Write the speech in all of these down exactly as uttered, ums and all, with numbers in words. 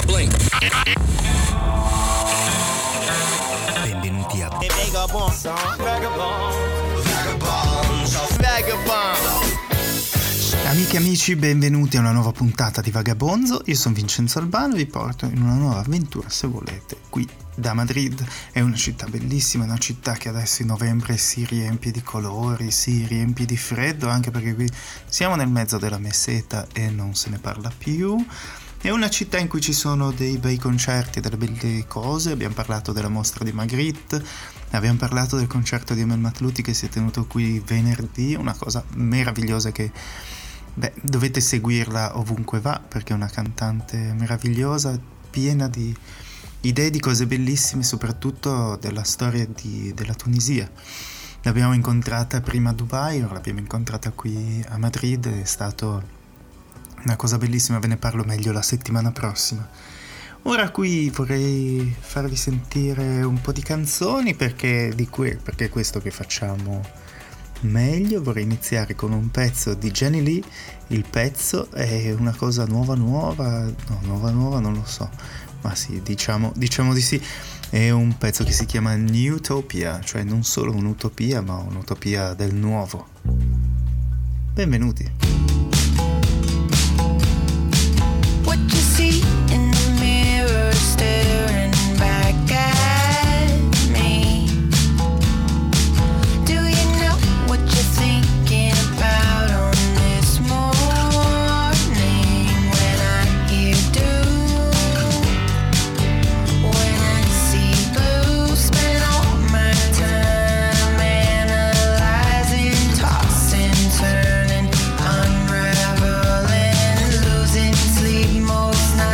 Blink. Benvenuti a Vagabonds, Vagabonds, Vagabonds. Amiche e amici, benvenuti a una nuova puntata di Vagabonzo. Io sono Vincenzo Albano e vi porto in una nuova avventura, se volete, qui da Madrid. È una città bellissima, una città che adesso in novembre si riempie di colori, si riempie di freddo, anche perché qui siamo nel mezzo della meseta e non se ne parla più. È una città in cui ci sono dei bei concerti e delle belle cose. Abbiamo parlato della mostra di Magritte, abbiamo parlato del concerto di Emel Matluti che si è tenuto qui venerdì, una cosa meravigliosa che, beh, dovete seguirla ovunque va, perché è una cantante meravigliosa, piena di idee, di cose bellissime, soprattutto della storia di, della Tunisia. L'abbiamo incontrata prima a Dubai, ora l'abbiamo incontrata qui a Madrid, è stato una cosa bellissima, ve ne parlo meglio la settimana prossima. Ora qui vorrei farvi sentire un po' di canzoni, perché di que- perché è questo che facciamo meglio. Vorrei iniziare con un pezzo di Jenny Lee. Il pezzo è una cosa nuova nuova, no, nuova nuova non lo so, ma sì, diciamo, diciamo di sì. È un pezzo che si chiama Newtopia, cioè non solo un'utopia, ma un'utopia del nuovo. Benvenuti. In the mirror staring back at me. Do you know what you're thinking about on this morning? When I hear do, when I see blue, spend all my time analyzing, tossing, turning, unraveling, losing sleep most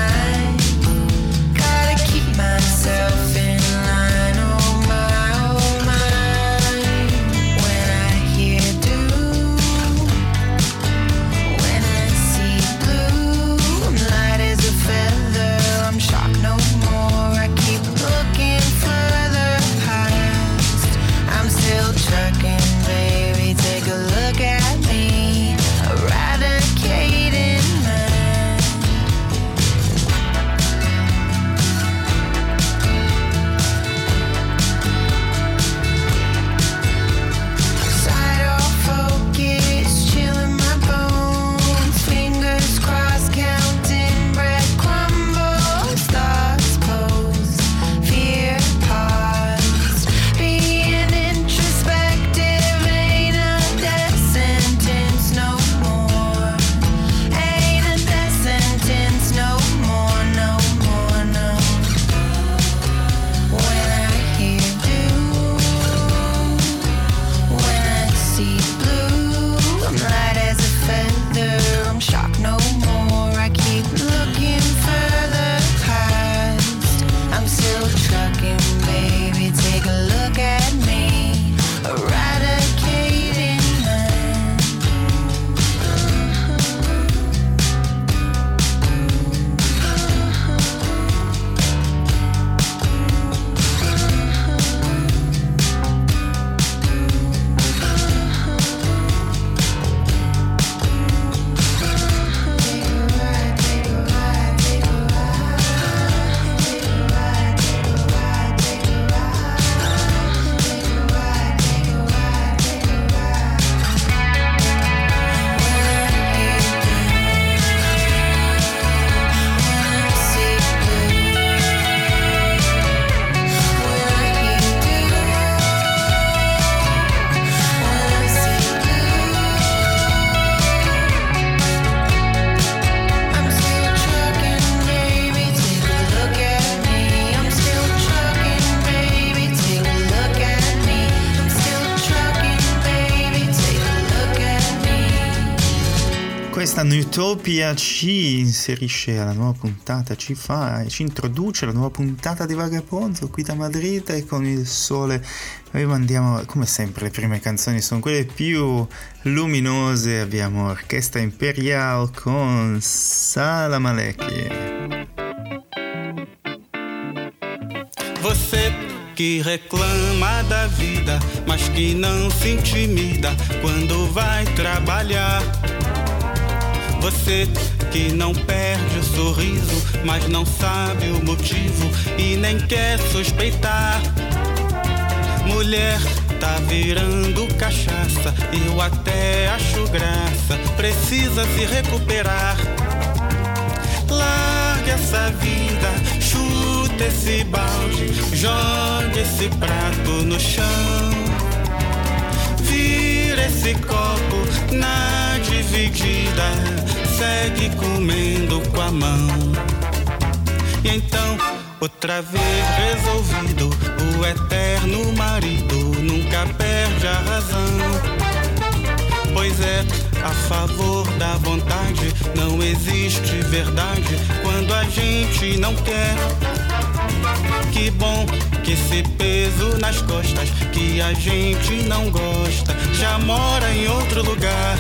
Questa Newtopia ci inserisce alla nuova puntata, ci fa, ci introduce alla nuova puntata di Vagabonzo qui da Madrid e con il sole. Noi mandiamo, come sempre, le prime canzoni sono quelle più luminose. Abbiamo Orchestra Imperial con Salam Aleikum. Você que reclama da vida, mas que não se intimida quando vai trabalhar. Você que não perde o sorriso, mas não sabe o motivo e nem quer suspeitar. Mulher tá virando cachaça, eu até acho graça, precisa se recuperar. Larga essa vida, chuta esse balde, joga esse prato no chão. Vira esse copo na dividida, segue comendo com a mão. E então, outra vez resolvido, o eterno marido nunca perde a razão. Pois é, a favor da vontade não existe verdade quando a gente não quer. Que bom que esse peso nas costas que a gente não gosta já mora em outro lugar.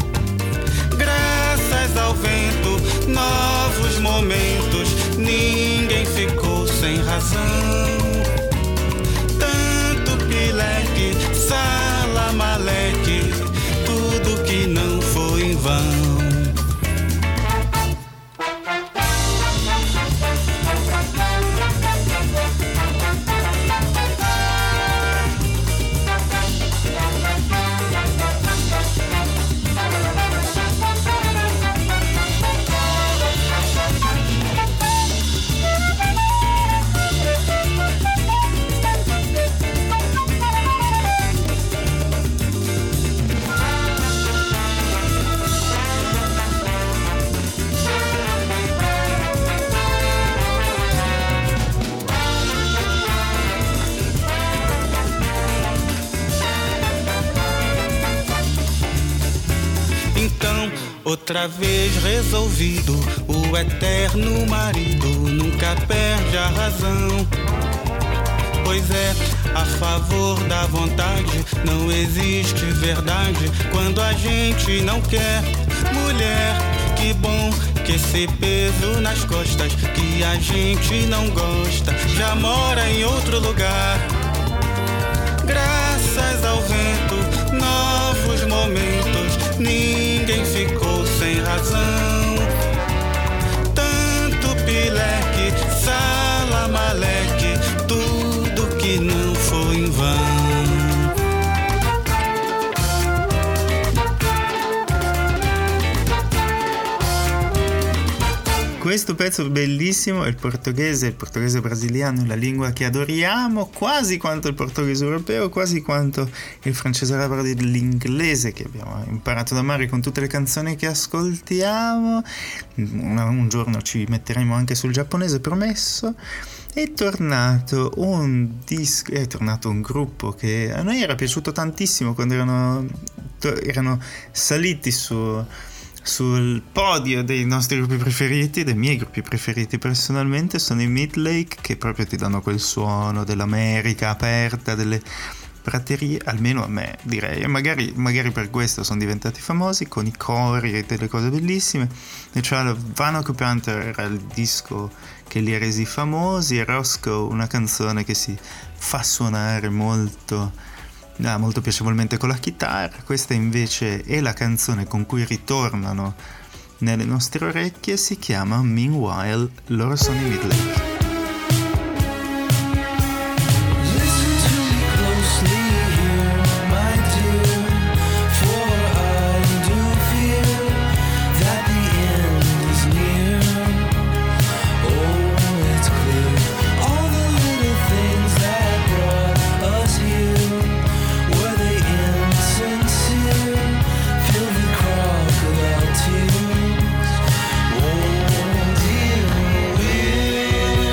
Graças ao vento, novos momentos, ninguém ficou sem razão. Tanto pileque, salamaleque, tudo que não foi em vão. Outra vez resolvido, o eterno marido nunca perde a razão. Pois é, a favor da vontade não existe verdade quando a gente não quer. Mulher, que bom que esse peso nas costas que a gente não gosta já mora em outro lugar. Graças ao vento, novos momentos, ninguém ficou sem razão. Tanto pileque, salamaleque, tudo que não foi em vão. Questo pezzo bellissimo è il portoghese, il portoghese brasiliano, la lingua che adoriamo quasi quanto il portoghese europeo, quasi quanto il francese arabo dell'inglese che abbiamo imparato ad amare con tutte le canzoni che ascoltiamo. Un, un giorno ci metteremo anche sul giapponese, promesso. È tornato un disco, è tornato un gruppo che a noi era piaciuto tantissimo quando erano, erano saliti su sul podio dei nostri gruppi preferiti, dei miei gruppi preferiti personalmente, sono i Midlake, che proprio ti danno quel suono dell'America aperta, delle praterie, almeno a me direi, e magari, magari per questo sono diventati famosi, con i cori e delle cose bellissime. E cioè Vano Panther era il disco che li ha resi famosi, e Roscoe una canzone che si fa suonare molto Ah, molto piacevolmente con la chitarra. Questa invece è la canzone con cui ritornano nelle nostre orecchie, si chiama Meanwhile, loro sono i Midlake. Feel the crocodile tears. Won't you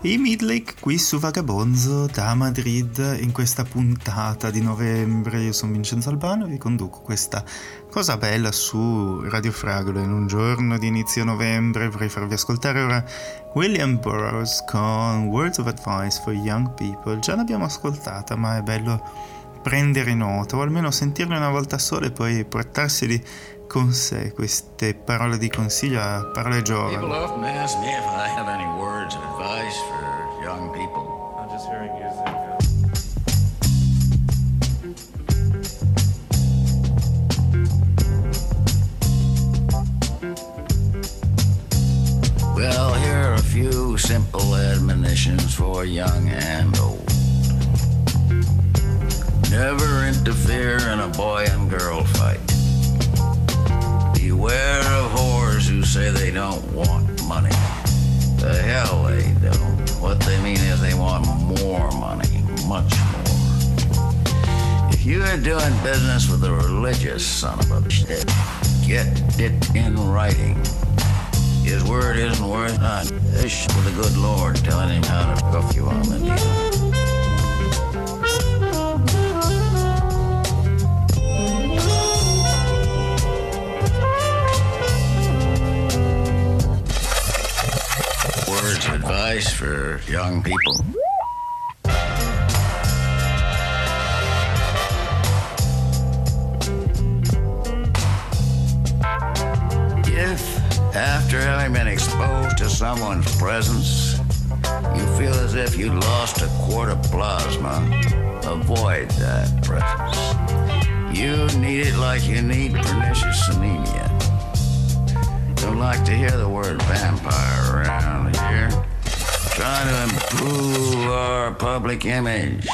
I Midlake qui su Vagabonzo da Madrid in questa puntata di novembre. Io sono Vincenzo Albano e vi conduco questa cosa bella su Radio Fragola in un giorno di inizio novembre. Vorrei farvi ascoltare ora William Burroughs con Words of Advice for Young People. Già l'abbiamo ascoltata, ma è bello prendere nota o almeno sentirle una volta sola e poi portarseli con sé queste parole di consiglio a parole giovani. People often ask me if I have any words of advice for young people. I'm just hearing music. Well, here are a few simple admonitions for young and old. Never interfere in a boy and girl fight. Beware of whores who say they don't want money. The hell they don't. What they mean is they want more money, much more. If you are doing business with a religious son of a bitch, get it in writing. His word isn't worth a dish with the good Lord telling him how to cuff you on the deal. Words of advice for young people. If, after having been exposed to someone's presence, you feel as if you lost a quart of plasma, avoid that presence. You need it like you need pernicious anemia. Don't like to hear the word vampire around here. Trying to improve our public image.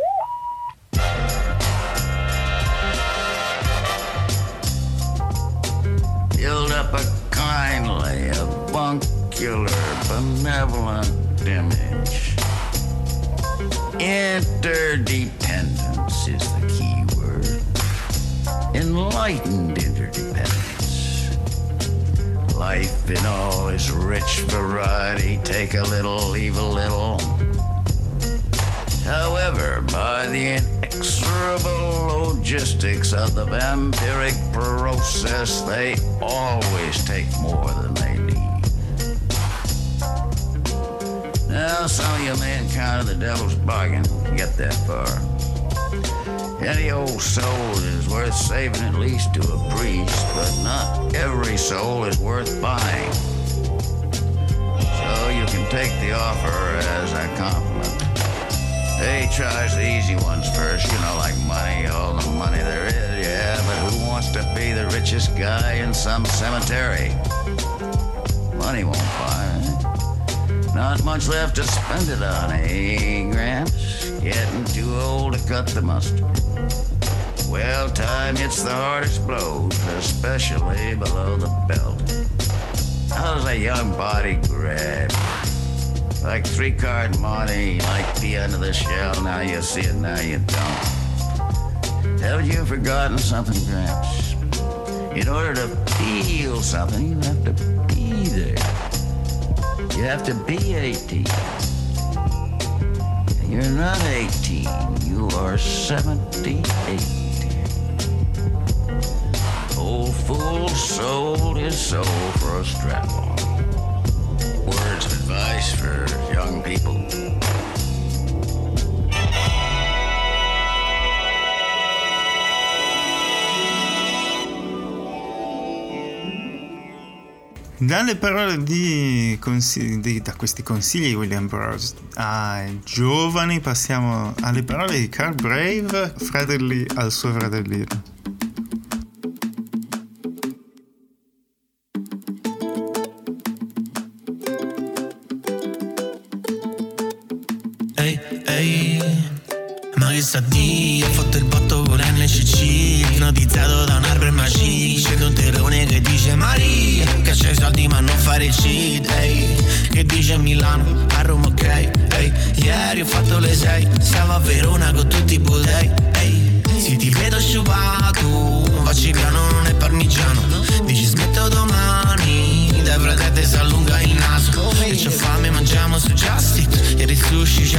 Build up a kindly, avuncular, benevolent image. Interdependence is the key word. Enlightened interdependence. Life in all its rich variety, take a little, leave a little. However, by the inexorable logistics of the vampiric process, they always take more than they need. Now, some of you may encounter the devil's bargain to get that far. Any old soul is worth saving at least to a priest, but not every soul is worth buying. So you can take the offer as a compliment. They charge the easy ones first, you know, like money, all the money there is, yeah, but who wants to be the richest guy in some cemetery? Money won't buy, eh? Not much left to spend it on, eh, Gramps? Getting too old to cut the mustard. Well, time hits the hardest blows, especially below the belt. How does a young body grab? Like three-card money, like the end of the shell, now you see it, now you don't. Haven't you forgotten something, Gramps? In order to feel something, you have to be there. You have to be eighteen. You're not eighteen, you are seventy-eight. Old fool sold his soul for a strap-on. Words of advice for young people. Dalle parole di, consigli, di da questi consigli di William Burroughs ai giovani passiamo alle parole di Carl Brave, fratelli al suo fratellino. Ehi, ehi, ma che sa di, ho fatto il botto con N C C, ipnotizzato da un albero magic, scendo un terrone che dice Maria, che c'hai soldi ma non fare il cheat, ehi, che dice Milano, a Roma ok, ehi, ieri ho fatto le sei, stavo a Verona con tutti i budei, ehi, se ti vedo sciupato, vaciliano non è parmigiano, dici smetto domani, dai frate si allunga il naso, e c'ho fame mangiamo su Just Eat,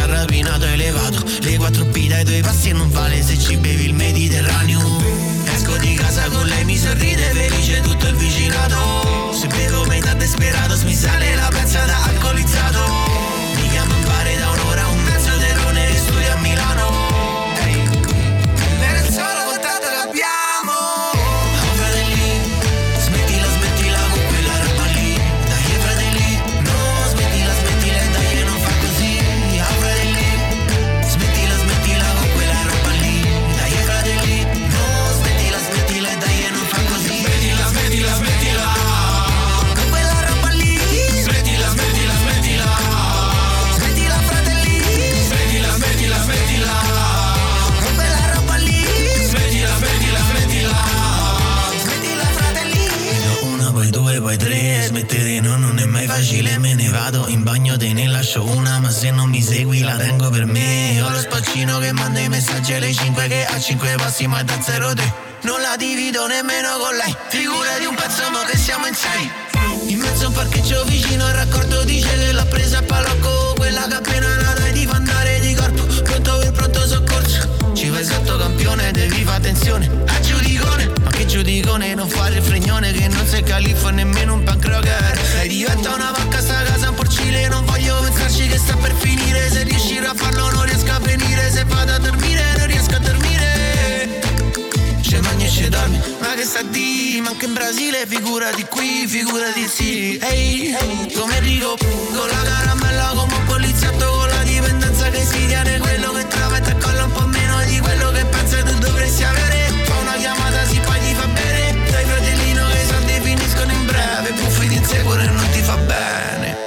rapinato elevato. Le quattro P dai tuoi passi e non vale se ci bevi il Mediterraneo. Esco di casa con lei, mi sorride felice tutto il vicinato. Se bevo metà desperato, mi sale la pezza da alcolizzato. Mi chiamo in pare da un'ora, un mezzo terone che studia a Milano. Poi tre, smettere no, non è mai facile, me ne vado in bagno, te ne lascio una, ma se non mi segui la tengo per me. Ho lo spaccino che manda i messaggi alle cinque, che a cinque passi ma da zero te. Non la divido nemmeno con lei, figura di un pezzo mo che siamo in sei. In mezzo a un parcheggio vicino al raccordo dice che l'ha presa a palocco, quella che appena la dai ti fa andare di corpo, pronto per pronto soccorso. Ci vai sotto campione, devi fare attenzione a giudicone, ma che giudicone, non fare il fregnone che non sei califfo nemmeno un punk rocker. Lei diventa una vacca sta casa un porcile, non voglio pensarci che sta per finire. Se riuscirò a farlo non riesco a venire, se vado a dormire non riesco a dormire. C'è magna e c'è dormi, ma che sta di, manca in Brasile, figurati qui, figurati sì. Ehi, hey, come Enrico, con la caramella come un poliziotto, con la dipendenza che si tiene, quello che trova e te colla un po' meno di quello che pensa tu dovresti avere. Fa una chiamata sì poi ti fa bere, dai fratellino che i soldi finiscono in breve, buffi di insicuro e non ti fa bene.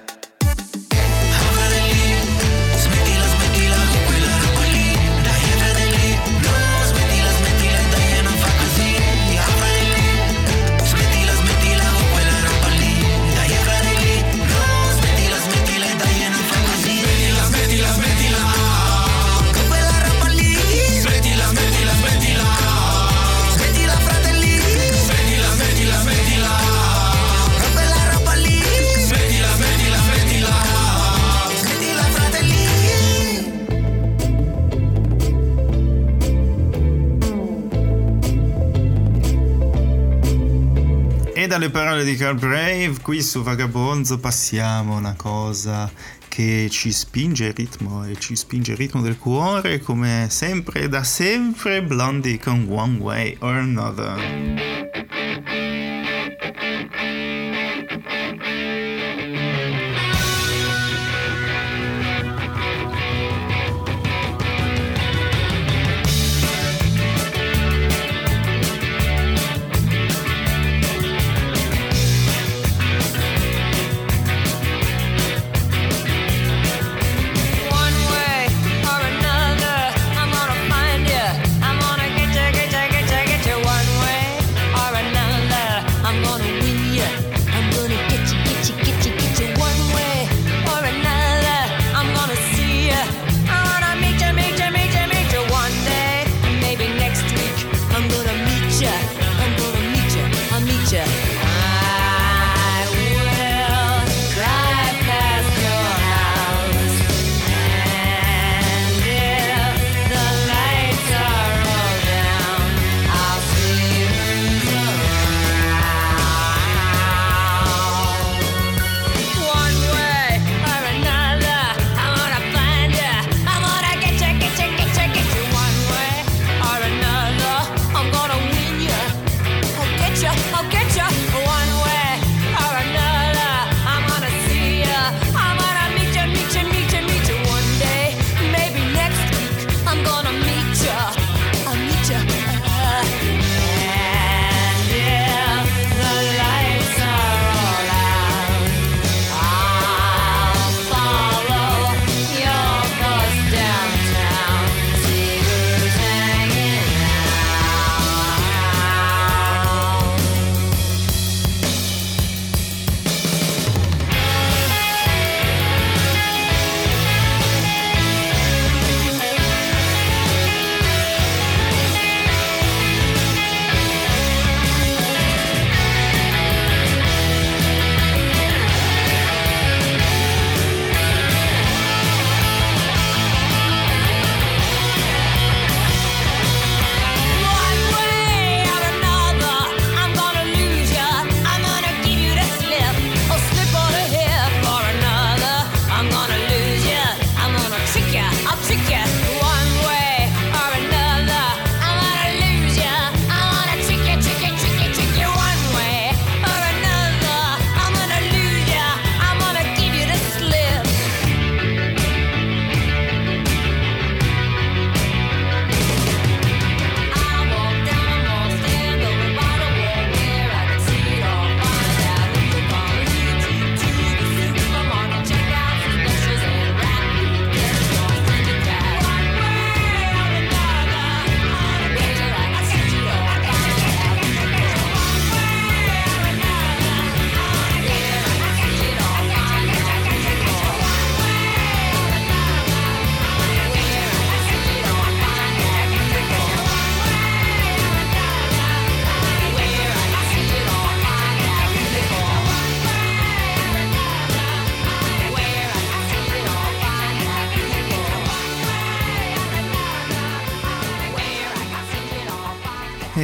E dalle parole di Carl Brave qui su Vagabonzo passiamo a una cosa che ci spinge il ritmo e ci spinge il ritmo del cuore, come sempre da sempre, Blondie con One Way or Another. One way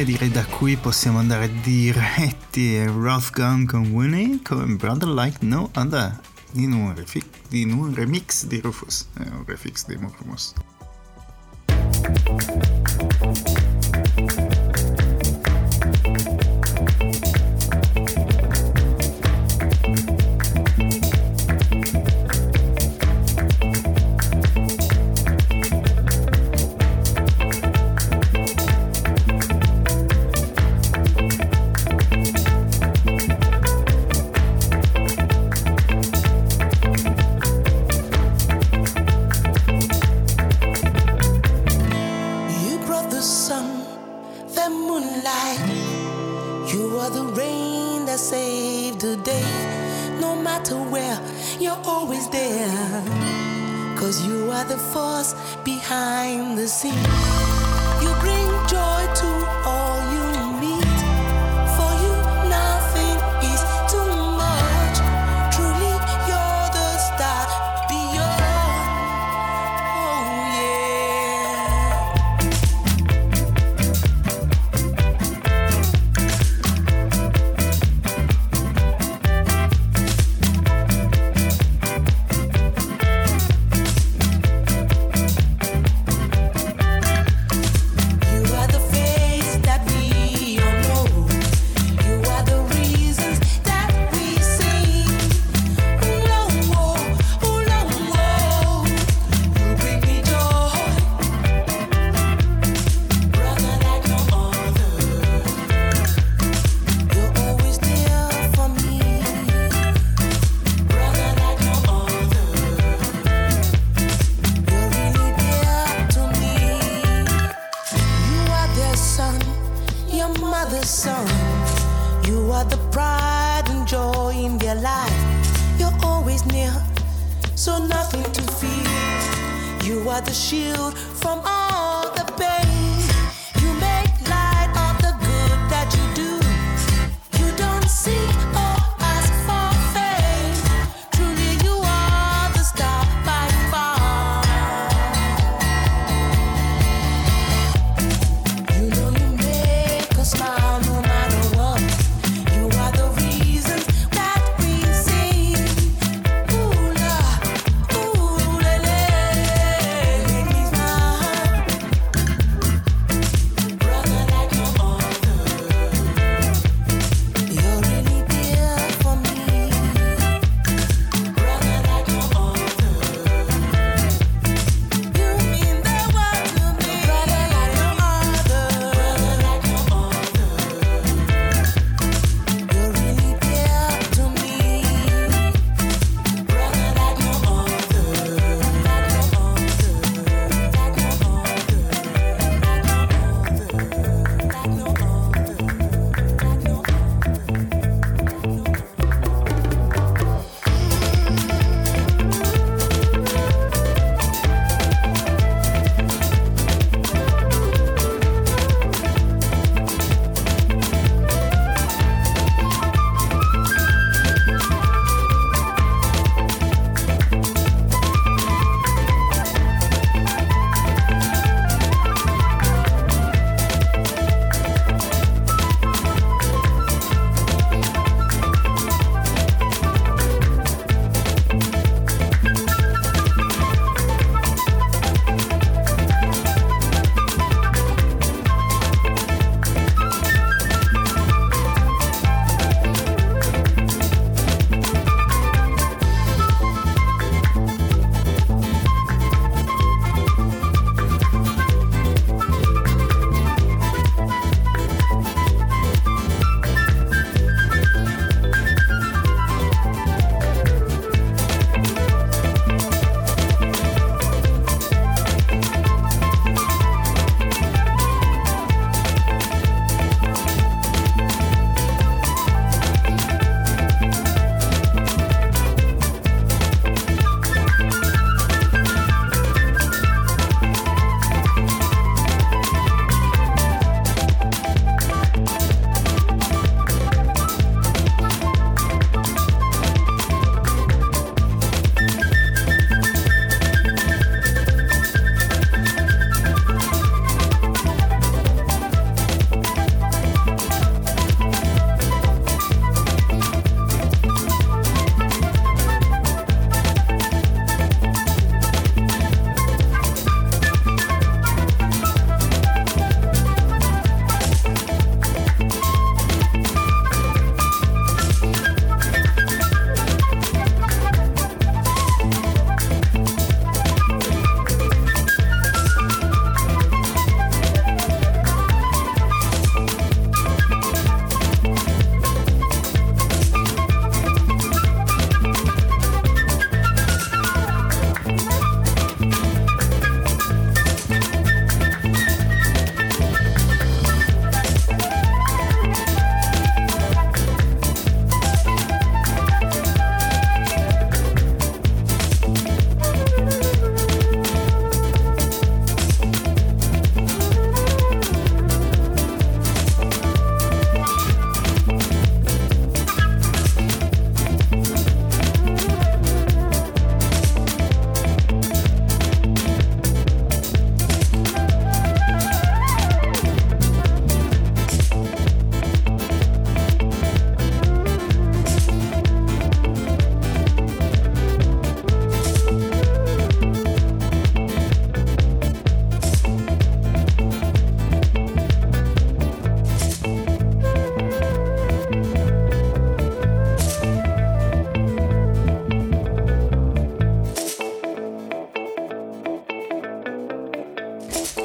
bene, direi da qui possiamo andare diretti a Rough Gun con Winnie con Brother Like No Other, in un, refi- in un remix di Rufus, è un remix di Rufus. Behind the scene, you bring joy to all you meet. For you, nothing is too much. Truly, you're the star beyond. Oh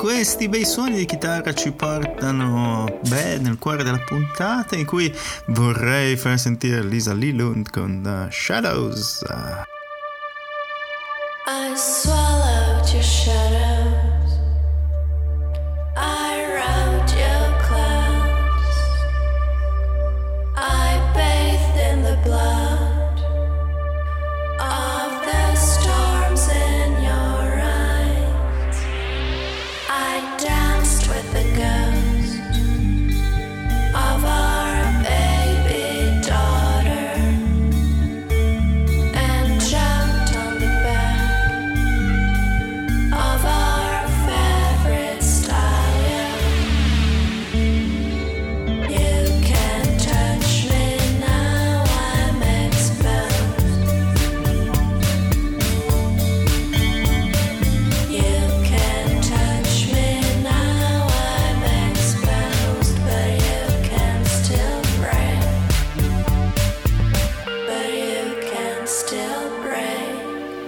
questi bei suoni di chitarra ci portano, beh, nel cuore della puntata, in cui vorrei far sentire Lisa Lee Lund con uh, Shadows. Uh. I swallowed your shadows, I wrote your clouds, I bathed in the blood of the storms in your eyes, I danced with the ghost of our baby daughter and jumped on the back of our favorite stallion. You can't touch me now, I'm exposed. You can't touch me now, I'm exposed. But you can still break. But you can still break.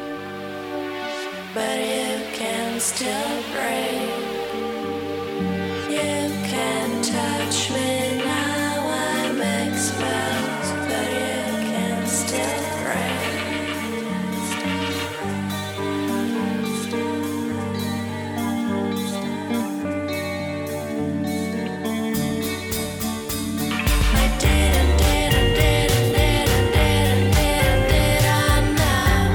But you can still break. You can touch me now, I'm exposed. But you can still break. I didn't, didn't, didn't, didn't, didn't, didn't, did I know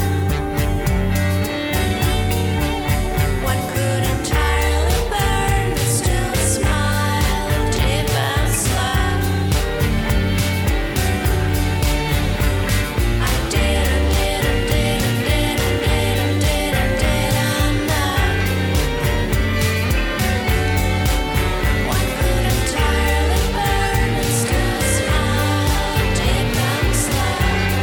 one could entirely burn but still smile deep and slow? I didn't, didn't, didn't, didn't, didn't, didn't, did I know one could entirely burn and still smile deep and slow?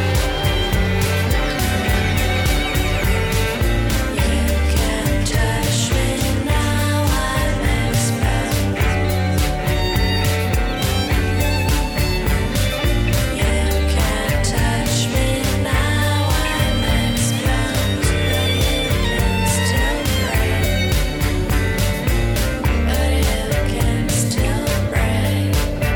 You can't touch me now, I'm exposed. You can't touch me now, I'm exposed. But you can still break. But you can still break.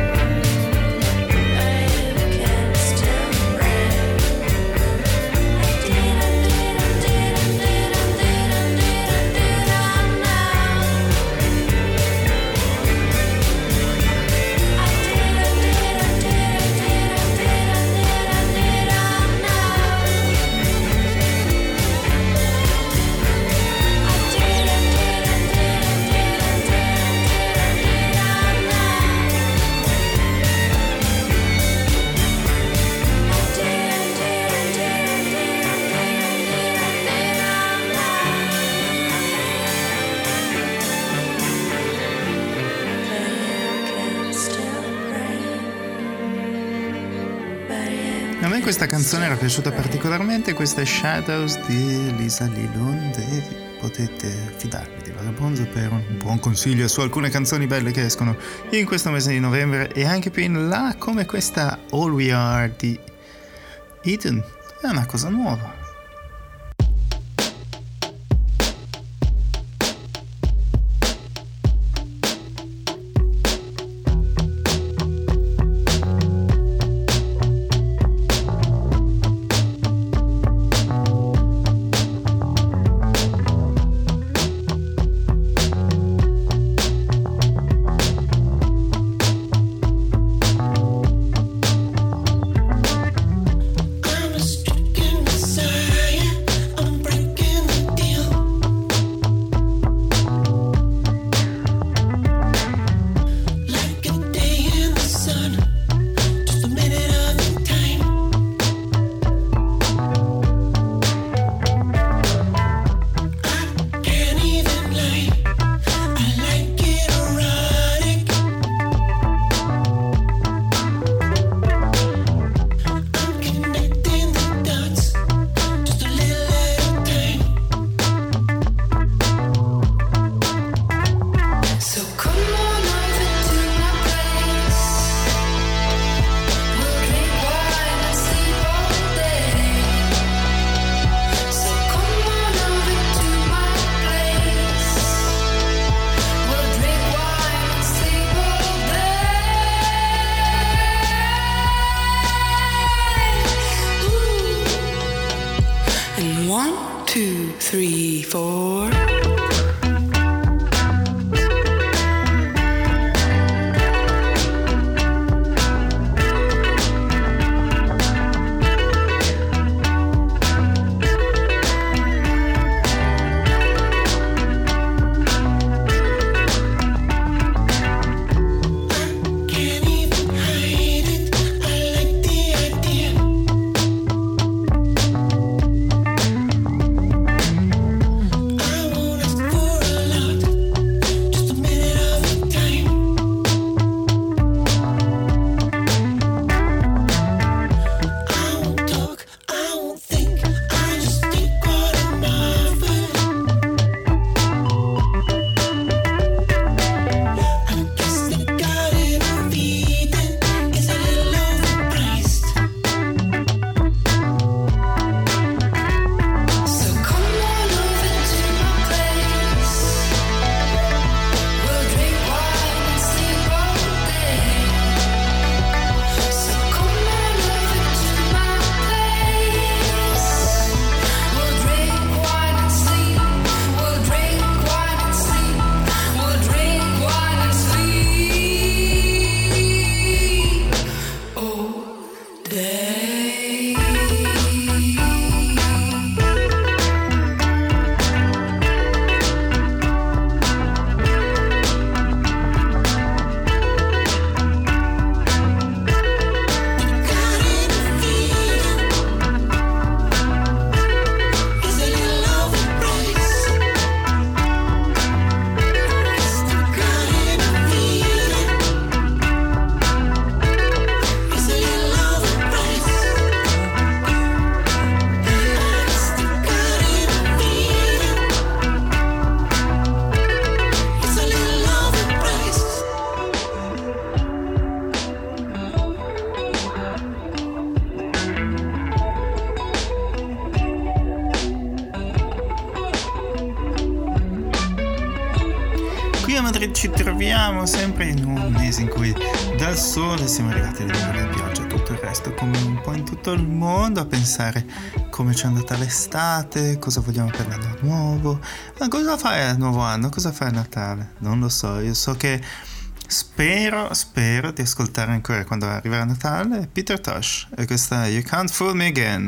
But you can still break. I didn't, didn't, didn't, didn't, didn't, didn't, did I know? I didn't, didn't, didn't, didn't, didn't, didn't, did I know? I didn't, didn't, didn't, didn't, didn't, didn't, did I know? I didn't, didn't, didn't, didn't, didn't, didn't, did A me questa canzone era piaciuta particolarmente, questa è Shadows di Lisa Lee Lund, e potete fidarvi di Vagabonzo per un buon consiglio su alcune canzoni belle che escono in questo mese di novembre e anche più in là, come questa All We Are di Eden. È una cosa nuova. I'm a stricken aside. And one, two, three, four. Ci troviamo sempre in un mese in cui dal sole siamo arrivati alle nuvole di pioggia e tutto il resto, come un po' in tutto il mondo, a pensare come ci è andata l'estate, cosa vogliamo per l'anno nuovo. Ma cosa fai al nuovo anno? Cosa fai a Natale? Non lo so, io so che spero, spero di ascoltare ancora quando arriverà Natale Peter Tosh e questa è You Can't Fool Me Again.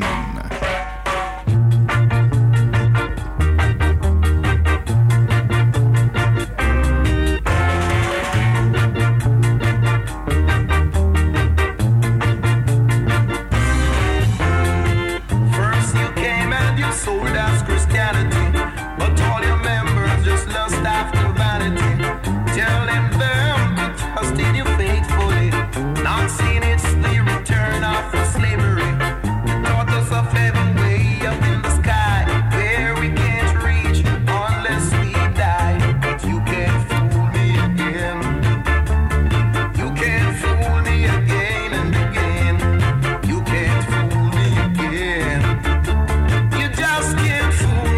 Fool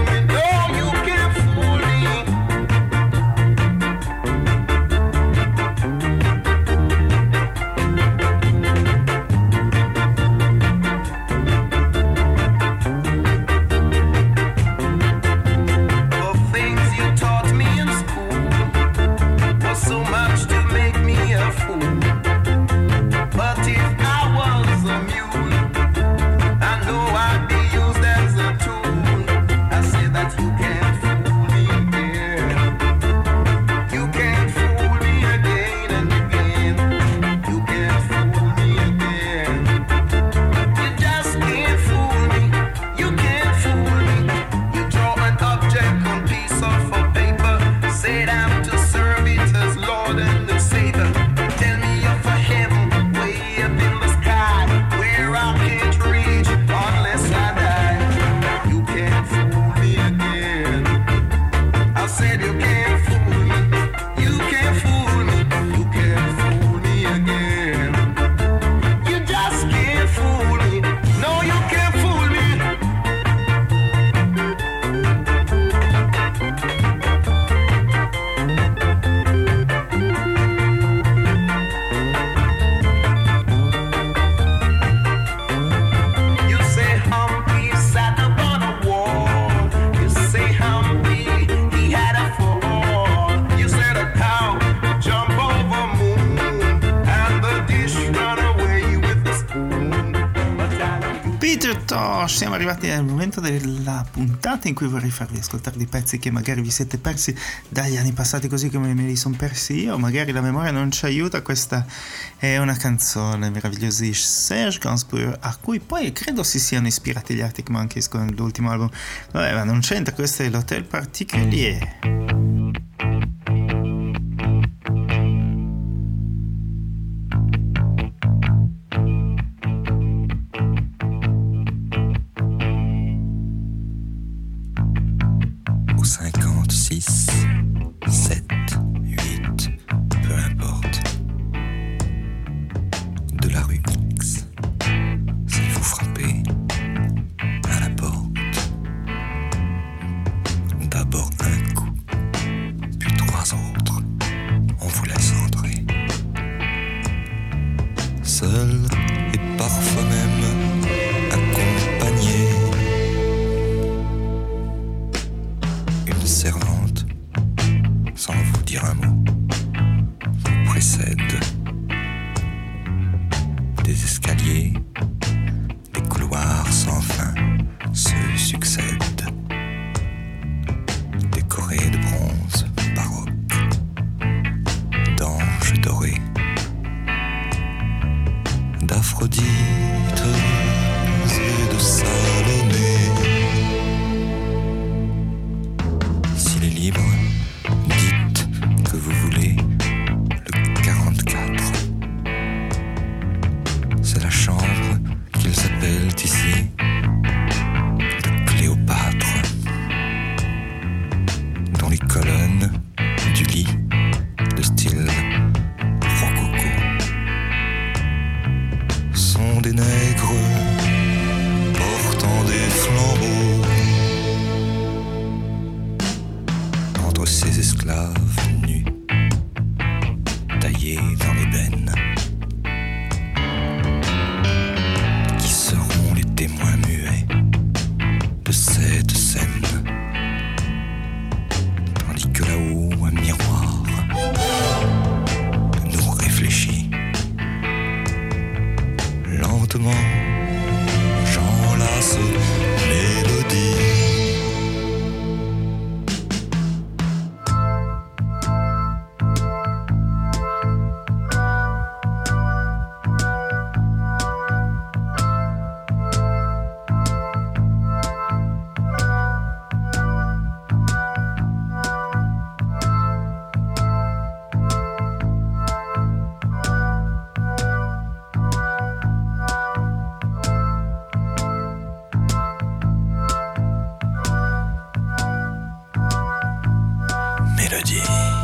siamo arrivati al momento della puntata in cui vorrei farvi ascoltare dei pezzi che magari vi siete persi dagli anni passati, così come me li sono persi io, magari la memoria non ci aiuta. Questa è una canzone meravigliosa di Serge Gainsbourg, a cui poi credo si siano ispirati gli Arctic Monkeys con l'ultimo album. Vabbè, ma non c'entra, questo è l'Hotel Particulier. cinquante-six, sept, huit, peu importe. De la rue X, si vous frappez à la porte, d'abord un coup, puis trois autres, on vous laisse entrer. Seul et parfois même accompagné. Une servante, sans vous dire un mot, vous précède. Des escaliers, des couloirs sans fin se succèdent, décorés de bronze baroque, d'anges dorés, d'Aphrodite et de Salomé. S'il est libre, dites que vous voulez le quarante-quatre. C'est la chambre qu'ils appellent ici de Cléopâtre, dont les colonnes du lit de style rococo sont des nègres portant des flambeaux. Entre ces esclaves nus, taillés dans l'ébène, qui seront les témoins muets de cette scène, tandis que là-haut un miroir nous réfléchit. Lentement, j'enlace mélodie. Mélodie.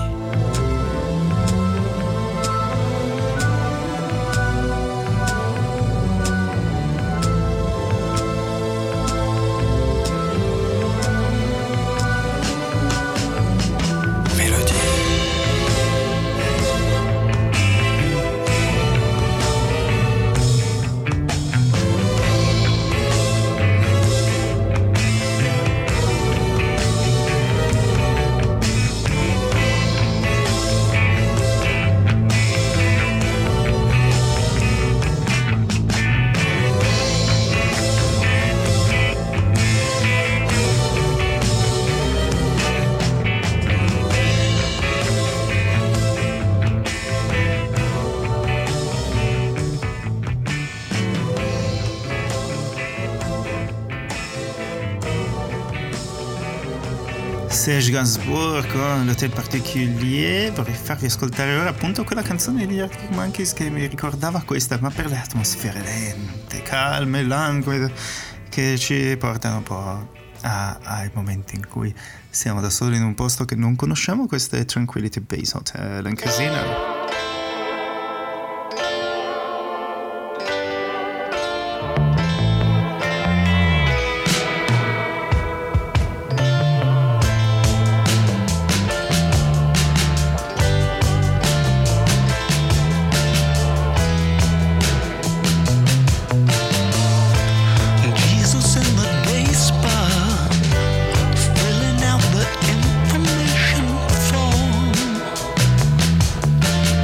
Serge Gainsbourg con l'Hotel Particulier. Vorrei farvi ascoltare ora appunto quella canzone degli Arctic Monkeys che mi ricordava questa, ma per le atmosfere lente, calme, languide, che ci portano un po' a, ai momenti in cui siamo da soli in un posto che non conosciamo. Questo è Tranquility Base Hotel in Casino. Jesus in the day spa, filling out the information form.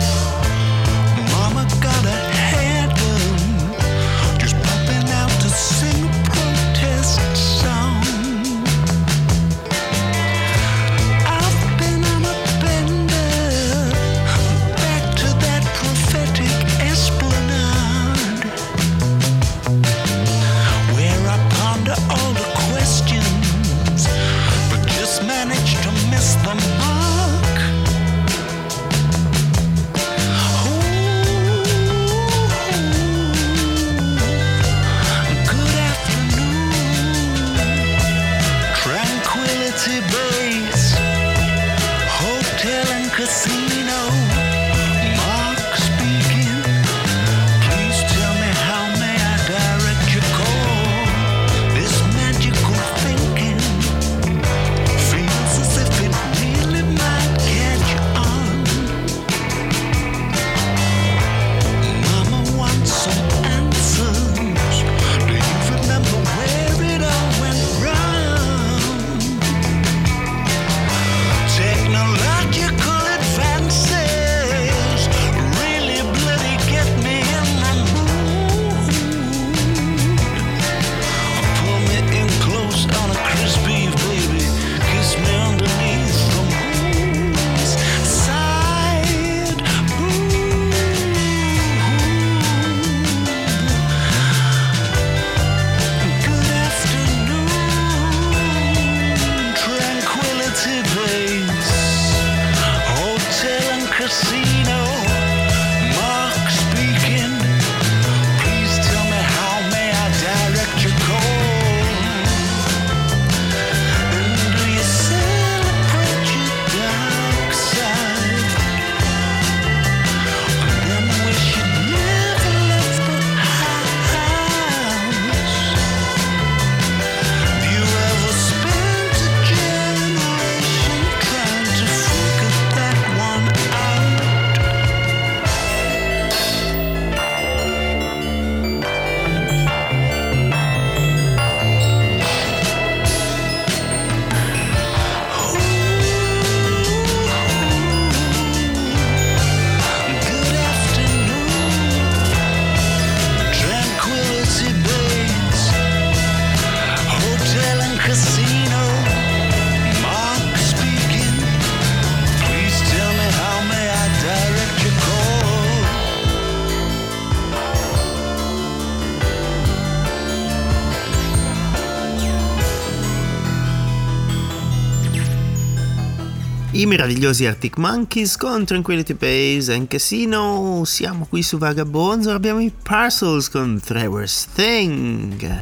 I meravigliosi Arctic Monkeys con Tranquility Base and Casino. Siamo qui su Vagabonzo, abbiamo i Parcels con Trevor's Thing.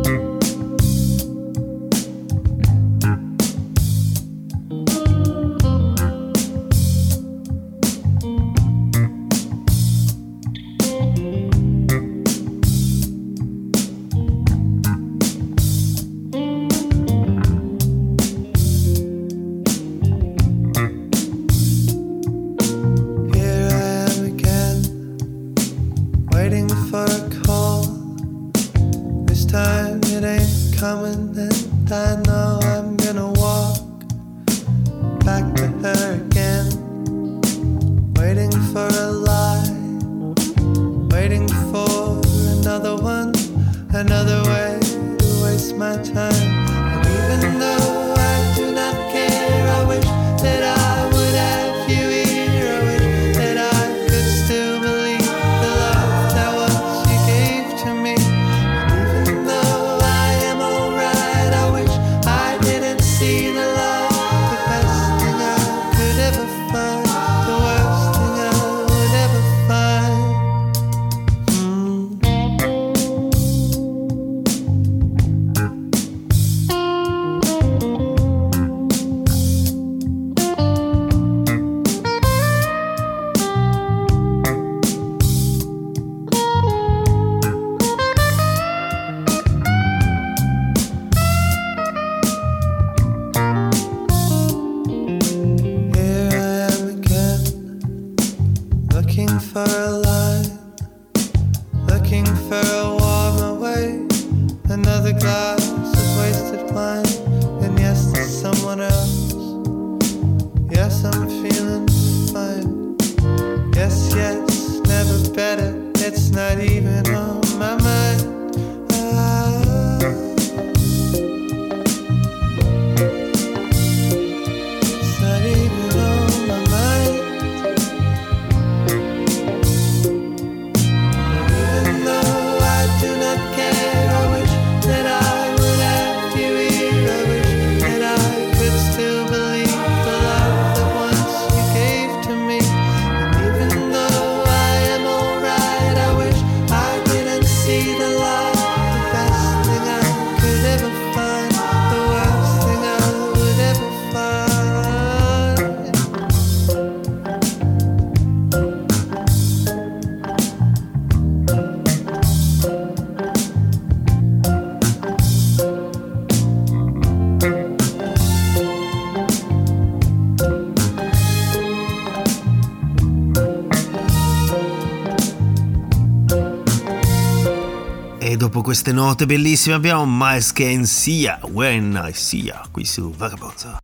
Dopo queste note bellissime abbiamo Miles Kane, Sia, When I See Ya, qui su Vagabonzo.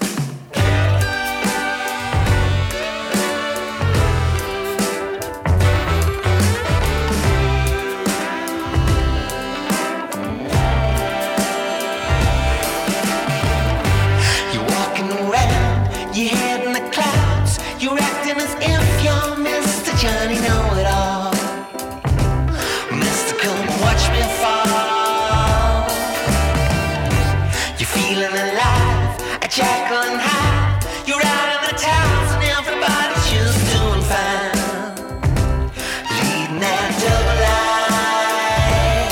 You're walking around, your head in the clouds, you're acting as if you're Mister Johnny Know-It-All. Mister Come Watch Me Fall. You're feeling alive, a jackal and high. You're out in the towns and everybody's just doing fine. Leading that double line.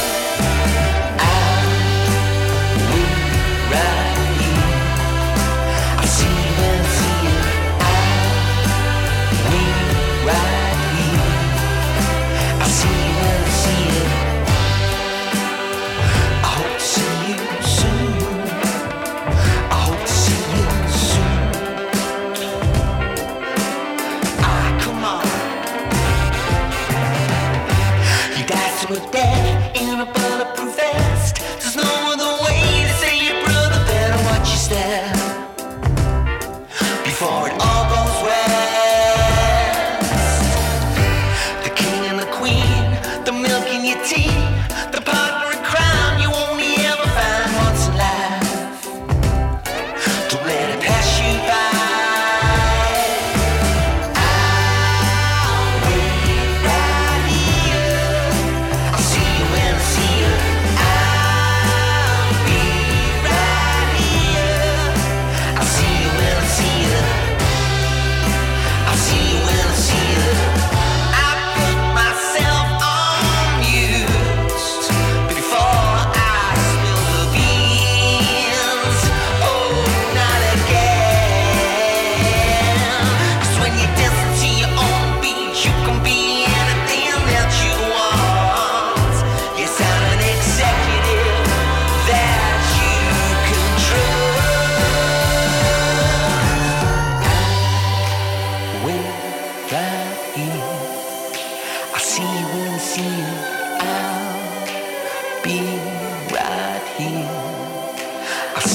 I'll be right here. I'll see you when I see you. I'll be right here. I'll see you when I see you. I hope to see you soon. I hope to see you soon.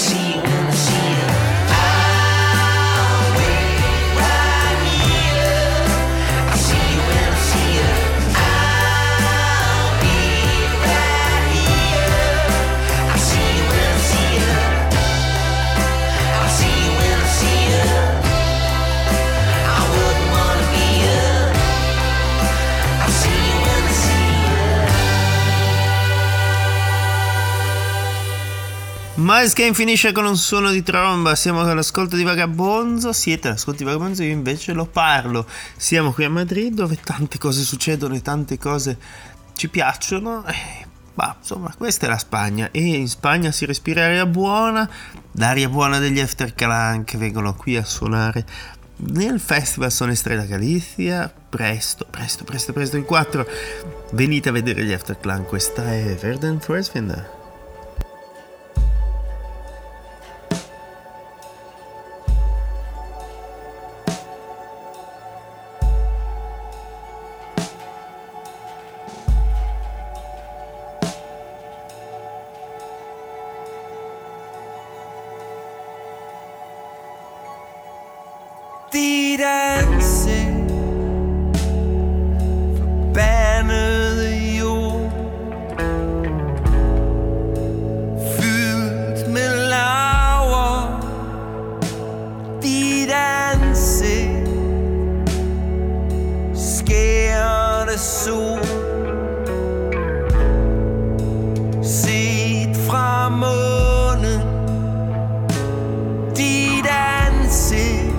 see you when I see you. I'll wait right here. I'll see you when I see you. I'll be right here. I'll see you when I see you. I'll see you when I see you. I wouldn't wanna be you. I'll see you when I see you. Miles Kane finisce con un suono di tromba. Siamo all'ascolto di Vagabonzo. Siete all'ascolto di Vagabonzo, io invece lo parlo. Siamo qui a Madrid dove tante cose succedono e tante cose ci piacciono. Eh, bah, insomma, questa è la Spagna. E in Spagna si respira aria buona. L'aria buona degli Efterclan che vengono qui a suonare nel festival Son Estrella Galizia. Presto, presto, presto, presto il quattro. Venite a vedere gli Efterclan. Questa è Verden Forsvinder. Die dansen forbandede jord, fyldt med laver. Die dansen skærende sol, set fra månen. Die dansen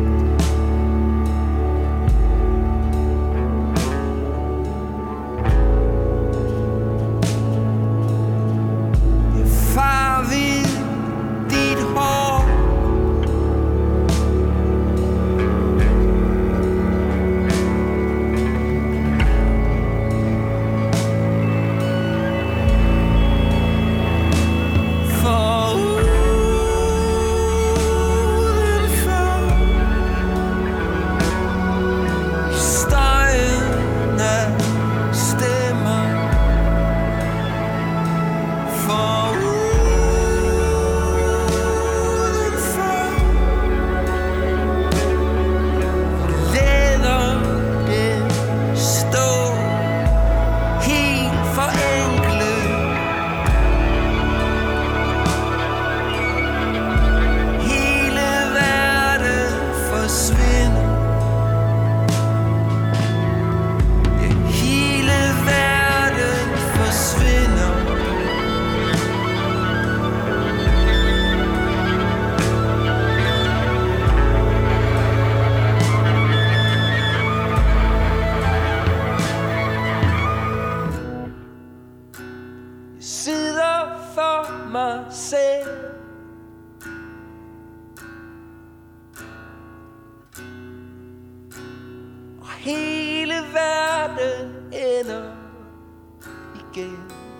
hele verden ender igen.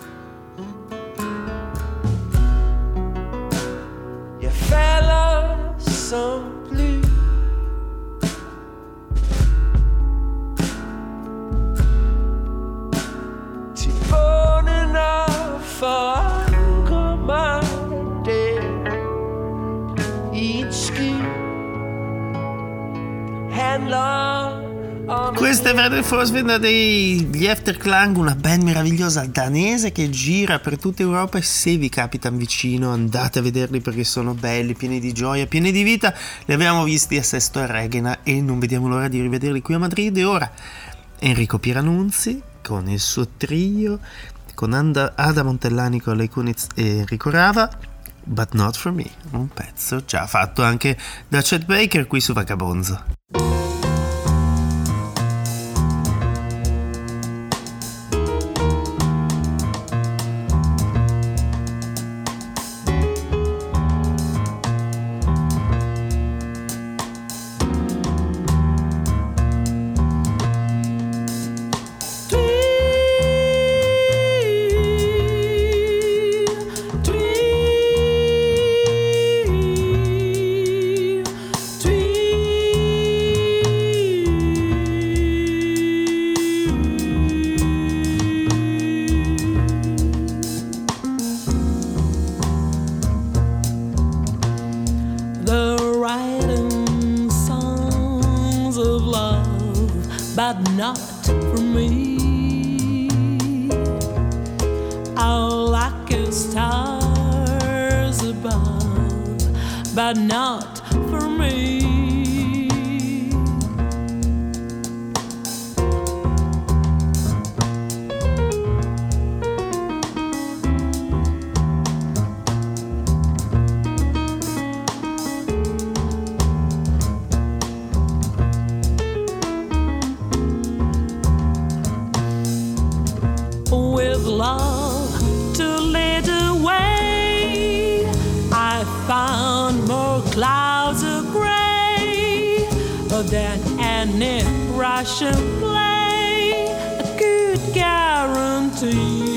Jeg falder som bly, til bunden og forankrer mig der i et skib. Handler Questa è Verden Forsvinder degli Efterklang, una band meravigliosa danese che gira per tutta Europa, e se vi capitano vicino andate a vederli perché sono belli, pieni di gioia, pieni di vita. Li abbiamo visti a Sesto e Regina e non vediamo l'ora di rivederli qui a Madrid. E ora Enrico Pieranunzi con il suo trio, con Ada Montellani, con Lei Kunitz e Enrico Rava, But Not For Me, un pezzo già fatto anche da Chet Baker qui su Vagabonzo. Dream, dream. but not for me. All like a stars above, but not for me. With love to lead away, I found more clouds of gray than any Russian play could guarantee.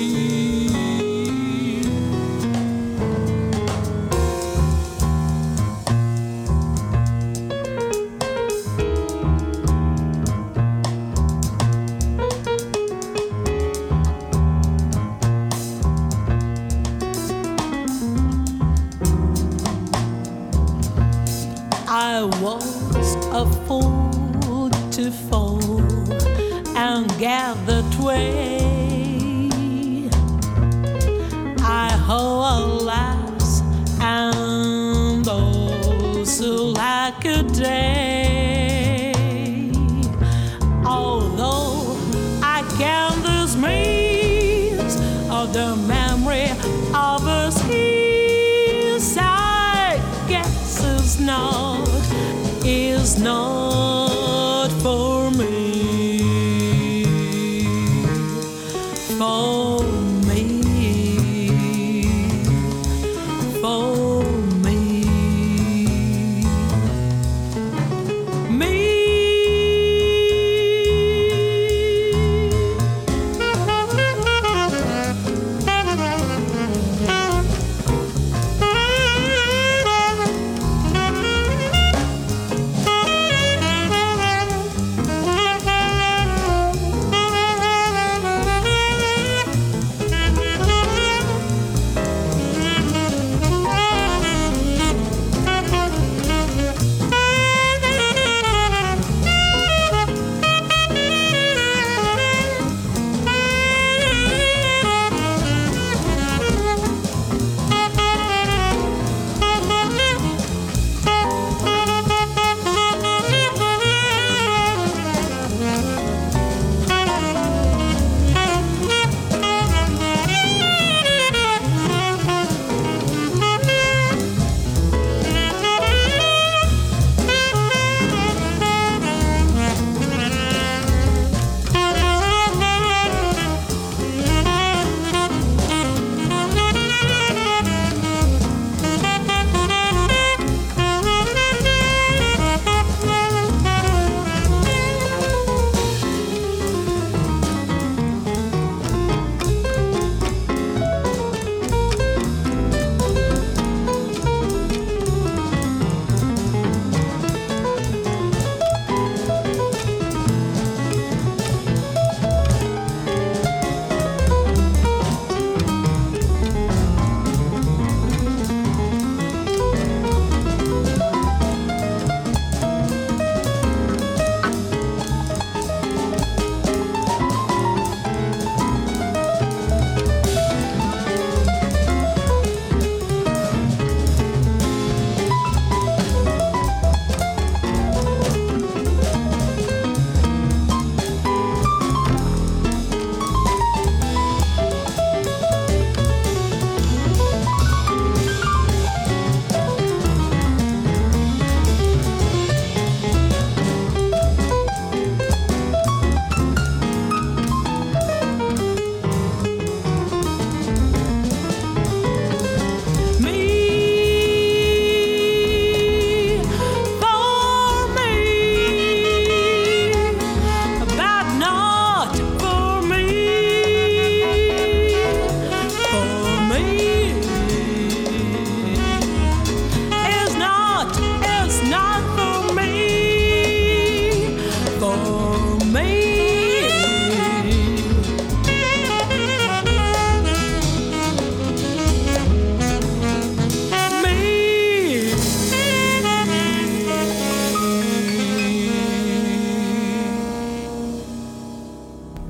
I was a fool to fall and gather tway. I hoe alas and also like a day. Although I count those means of the memory of us is, I guess it's not. Is not for me, for me, for me, me.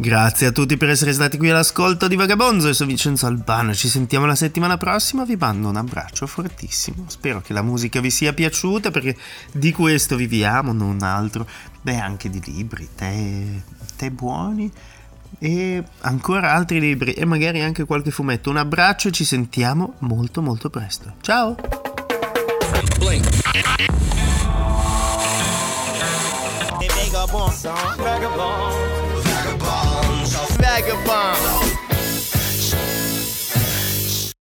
Grazie a tutti per essere stati qui all'ascolto di Vagabonzo. Io sono Vincenzo Albano, ci sentiamo la settimana prossima. Vi mando un abbraccio fortissimo. Spero che la musica vi sia piaciuta, perché di questo viviamo, non altro. Beh, anche di libri, tè, tè buoni e ancora altri libri e magari anche qualche fumetto. Un abbraccio e ci sentiamo molto molto presto. Ciao! Vagabond song. Vagabond. Vagabond. Vagabond.